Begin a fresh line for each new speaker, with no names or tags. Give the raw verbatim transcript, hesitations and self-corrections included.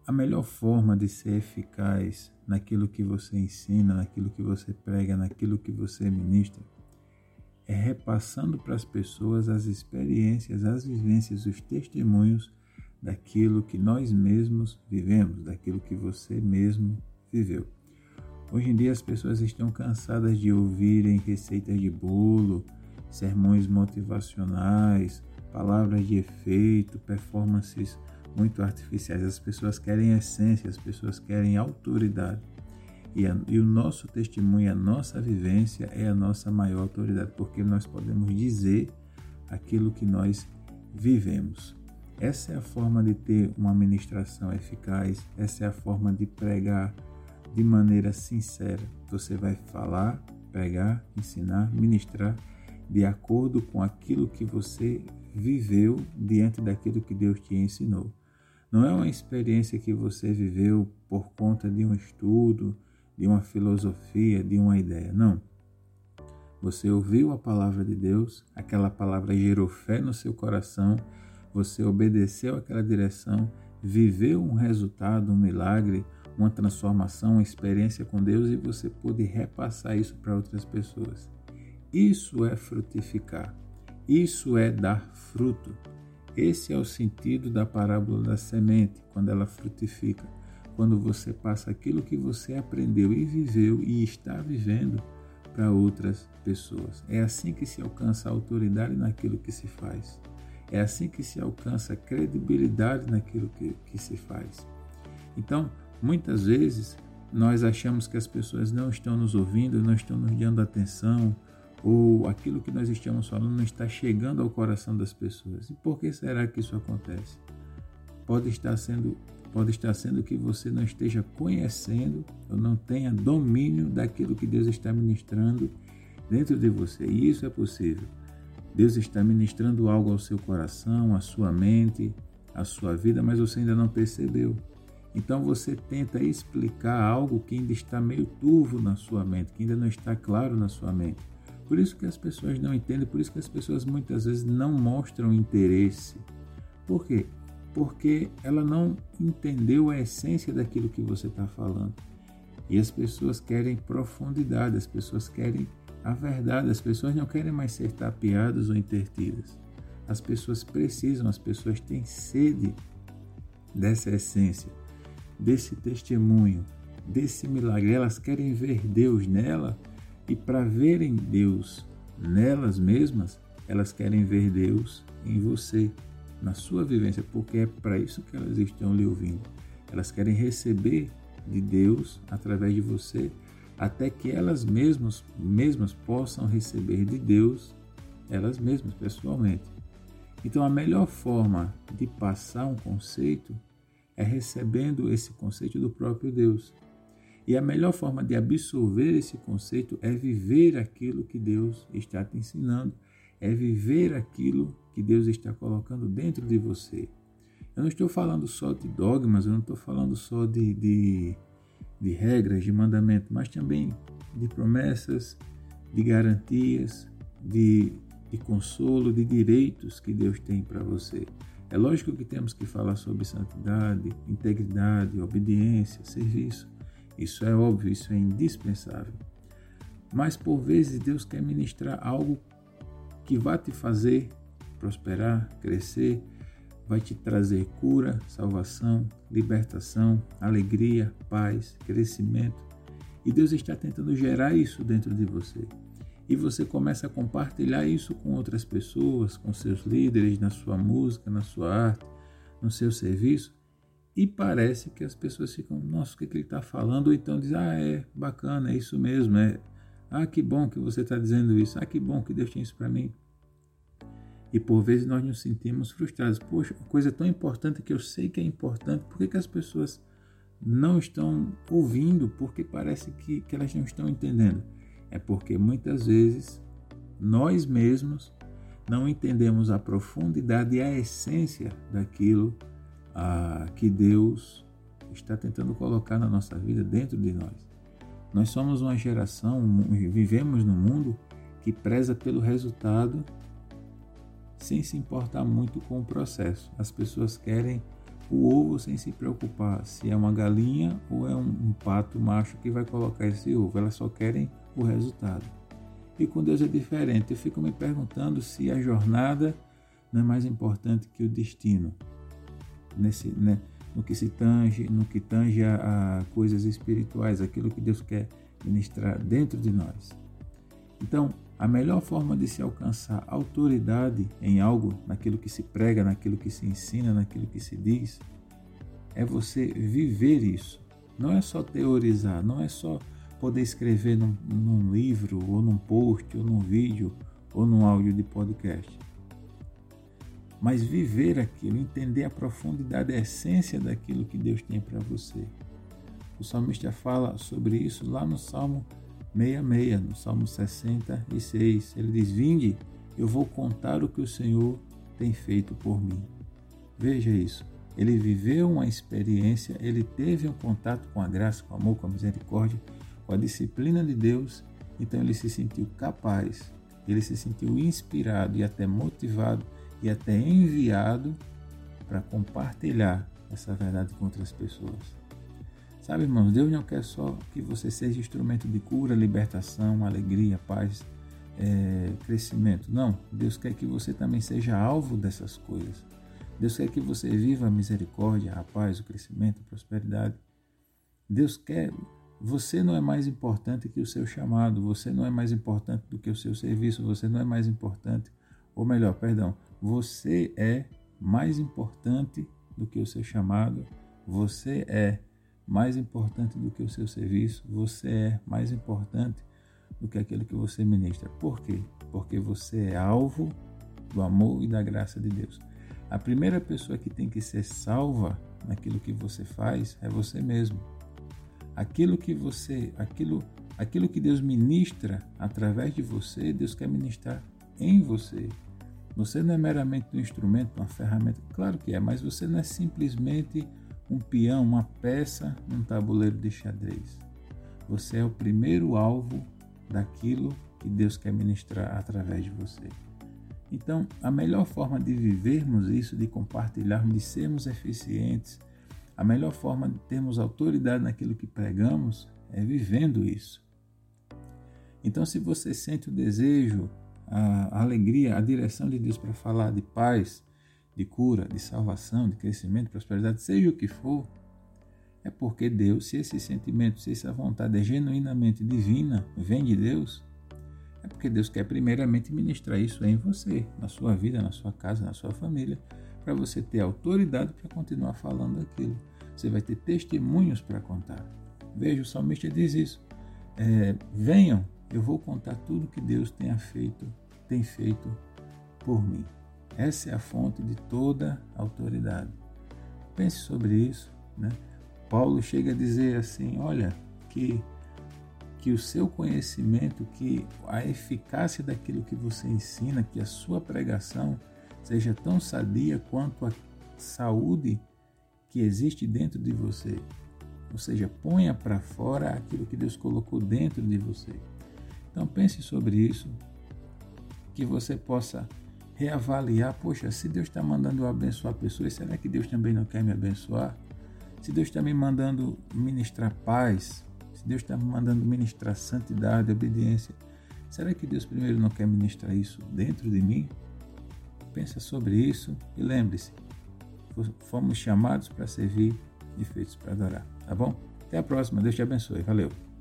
a melhor forma de ser eficaz naquilo que você ensina, naquilo que você prega, naquilo que você ministra, é repassando para as pessoas as experiências, as vivências, os testemunhos daquilo que nós mesmos vivemos, daquilo que você mesmo viveu. Hoje em dia as pessoas estão cansadas de ouvirem receitas de bolo, sermões motivacionais, palavras de efeito, performances muito artificiais. As pessoas querem essência, as pessoas querem autoridade. E, a, e o nosso testemunho, a nossa vivência é a nossa maior autoridade, porque nós podemos dizer aquilo que nós vivemos. Essa é a forma de ter uma ministração eficaz, essa é a forma de pregar de maneira sincera. Você vai falar, pregar, ensinar, ministrar de acordo com aquilo que você viveu diante daquilo que Deus te ensinou. Não é uma experiência que você viveu por conta de um estudo, de uma filosofia, de uma ideia. Não. Você ouviu a palavra de Deus, aquela palavra gerou fé no seu coração, você obedeceu àquela direção, viveu um resultado, um milagre, uma transformação, uma experiência com Deus e você pôde repassar isso para outras pessoas. Isso é frutificar. Isso é dar fruto. Esse é o sentido da parábola da semente, quando ela frutifica. Quando você passa aquilo que você aprendeu e viveu e está vivendo para outras pessoas. É assim que se alcança a autoridade naquilo que se faz. É assim que se alcança a credibilidade naquilo que, que se faz. Então, muitas vezes, nós achamos que as pessoas não estão nos ouvindo, não estão nos dando atenção, ou aquilo que nós estamos falando não está chegando ao coração das pessoas. E por que será que isso acontece? Pode estar sendo, pode estar sendo que você não esteja conhecendo ou não tenha domínio daquilo que Deus está ministrando dentro de você. E isso é possível. Deus está ministrando algo ao seu coração, à sua mente, à sua vida, mas você ainda não percebeu. Então você tenta explicar algo que ainda está meio turvo na sua mente, que ainda não está claro na sua mente. Por isso que as pessoas não entendem, por isso que as pessoas muitas vezes não mostram interesse. Por quê? Porque ela não entendeu a essência daquilo que você está falando. E as pessoas querem profundidade, as pessoas querem a verdade, as pessoas não querem mais ser tapeadas ou intertidas. As pessoas precisam, as pessoas têm sede dessa essência, desse testemunho, desse milagre. Elas querem ver Deus nela. E para verem Deus nelas mesmas, elas querem ver Deus em você, na sua vivência, porque é para isso que elas estão lhe ouvindo. Elas querem receber de Deus através de você, até que elas mesmas, mesmas possam receber de Deus, elas mesmas, pessoalmente. Então, a melhor forma de passar um conceito é recebendo esse conceito do próprio Deus. E a melhor forma de absorver esse conceito é viver aquilo que Deus está te ensinando, é viver aquilo que Deus está colocando dentro de você. Eu não estou falando só de dogmas, eu não estou falando só de, de, de regras, de mandamentos, mas também de promessas, de garantias, de, de consolo, de direitos que Deus tem para você. É lógico que temos que falar sobre santidade, integridade, obediência, serviço. Isso é óbvio, isso é indispensável. Mas por vezes Deus quer ministrar algo que vai te fazer prosperar, crescer, vai te trazer cura, salvação, libertação, alegria, paz, crescimento. E Deus está tentando gerar isso dentro de você. E você começa a compartilhar isso com outras pessoas, com seus líderes, na sua música, na sua arte, no seu serviço. E parece que as pessoas ficam, nossa, o que, que ele está falando? Ou então dizem, ah, é bacana, é isso mesmo. É. Ah, que bom que você está dizendo isso. Ah, que bom que Deus tem isso para mim. E por vezes nós nos sentimos frustrados. Poxa, coisa tão importante que eu sei que é importante, por que, que as pessoas não estão ouvindo? Porque parece que, que elas não estão entendendo. É porque muitas vezes nós mesmos não entendemos a profundidade e a essência daquilo ah, que Deus está tentando colocar na nossa vida, dentro de nós. Nós somos uma geração, vivemos num mundo que preza pelo resultado sem se importar muito com o processo. As pessoas querem o ovo sem se preocupar se é uma galinha ou é um, um pato macho que vai colocar esse ovo. Elas só querem o resultado. E com Deus é diferente. Eu fico me perguntando se a jornada não é mais importante que o destino. Nesse, né, no que se tange, no que tange a, a coisas espirituais, aquilo que Deus quer ministrar dentro de nós. Então, a melhor forma de se alcançar autoridade em algo, naquilo que se prega, naquilo que se ensina, naquilo que se diz, é você viver isso. Não é só teorizar, não é só poder escrever num, num livro, ou num post, ou num vídeo, ou num áudio de podcast. Mas viver aquilo, entender a profundidade, a essência daquilo que Deus tem para você. O salmista fala sobre isso lá no Salmo sessenta e seis, no Salmo sessenta e seis. Ele diz: vinde, eu vou contar o que o Senhor tem feito por mim. Veja isso. Ele viveu uma experiência, ele teve um contato com a graça, com o amor, com a misericórdia, com a disciplina de Deus. Então ele se sentiu capaz, ele se sentiu inspirado e até motivado e até enviado para compartilhar essa verdade com outras pessoas. Sabe, irmãos, Deus não quer só que você seja instrumento de cura, libertação, alegria, paz, é, crescimento. Não, Deus quer que você também seja alvo dessas coisas. Deus quer que você viva a misericórdia, a paz, o crescimento, a prosperidade. Deus quer, você não é mais importante que o seu chamado, você não é mais importante do que o seu serviço, você não é mais importante, ou melhor, perdão, você é mais importante do que o seu chamado, você é mais importante do que o seu serviço, você é mais importante do que aquilo que você ministra. Por quê? Porque você é alvo do amor e da graça de Deus. A primeira pessoa que tem que ser salva naquilo que você faz é você mesmo. Aquilo que você, aquilo, aquilo que Deus ministra através de você, Deus quer ministrar em você. Você não é meramente um instrumento, uma ferramenta, claro que é, mas você não é simplesmente um peão, uma peça num tabuleiro de xadrez. Você é o primeiro alvo daquilo que Deus quer ministrar através de você. Então, a melhor forma de vivermos isso, de compartilharmos, de sermos eficientes, a melhor forma de termos autoridade naquilo que pregamos é vivendo isso. Então, se você sente o desejo, a alegria, a direção de Deus para falar de paz, de cura, de salvação, de crescimento, de prosperidade, seja o que for, é porque Deus, se esse sentimento, se essa vontade é genuinamente divina, vem de Deus, é porque Deus quer primeiramente ministrar isso em você, na sua vida, na sua casa, na sua família, para você ter autoridade para continuar falando aquilo. Você vai ter testemunhos para contar. Veja, o salmista diz isso. É, venham, eu vou contar tudo que Deus tenha feito, tem feito por mim. Essa é a fonte de toda autoridade. Pense sobre isso, né? Paulo chega a dizer assim, olha, que, que o seu conhecimento, que a eficácia daquilo que você ensina, que a sua pregação seja tão sadia quanto a saúde que existe dentro de você. Ou seja, ponha para fora aquilo que Deus colocou dentro de você. Então pense sobre isso, que você possa reavaliar, poxa, se Deus está mandando eu abençoar pessoas, será que Deus também não quer me abençoar? Se Deus está me mandando ministrar paz, se Deus está me mandando ministrar santidade, obediência, será que Deus primeiro não quer ministrar isso dentro de mim? Pensa sobre isso e lembre-se, fomos chamados para servir e feitos para adorar, tá bom? Até a próxima, Deus te abençoe, valeu!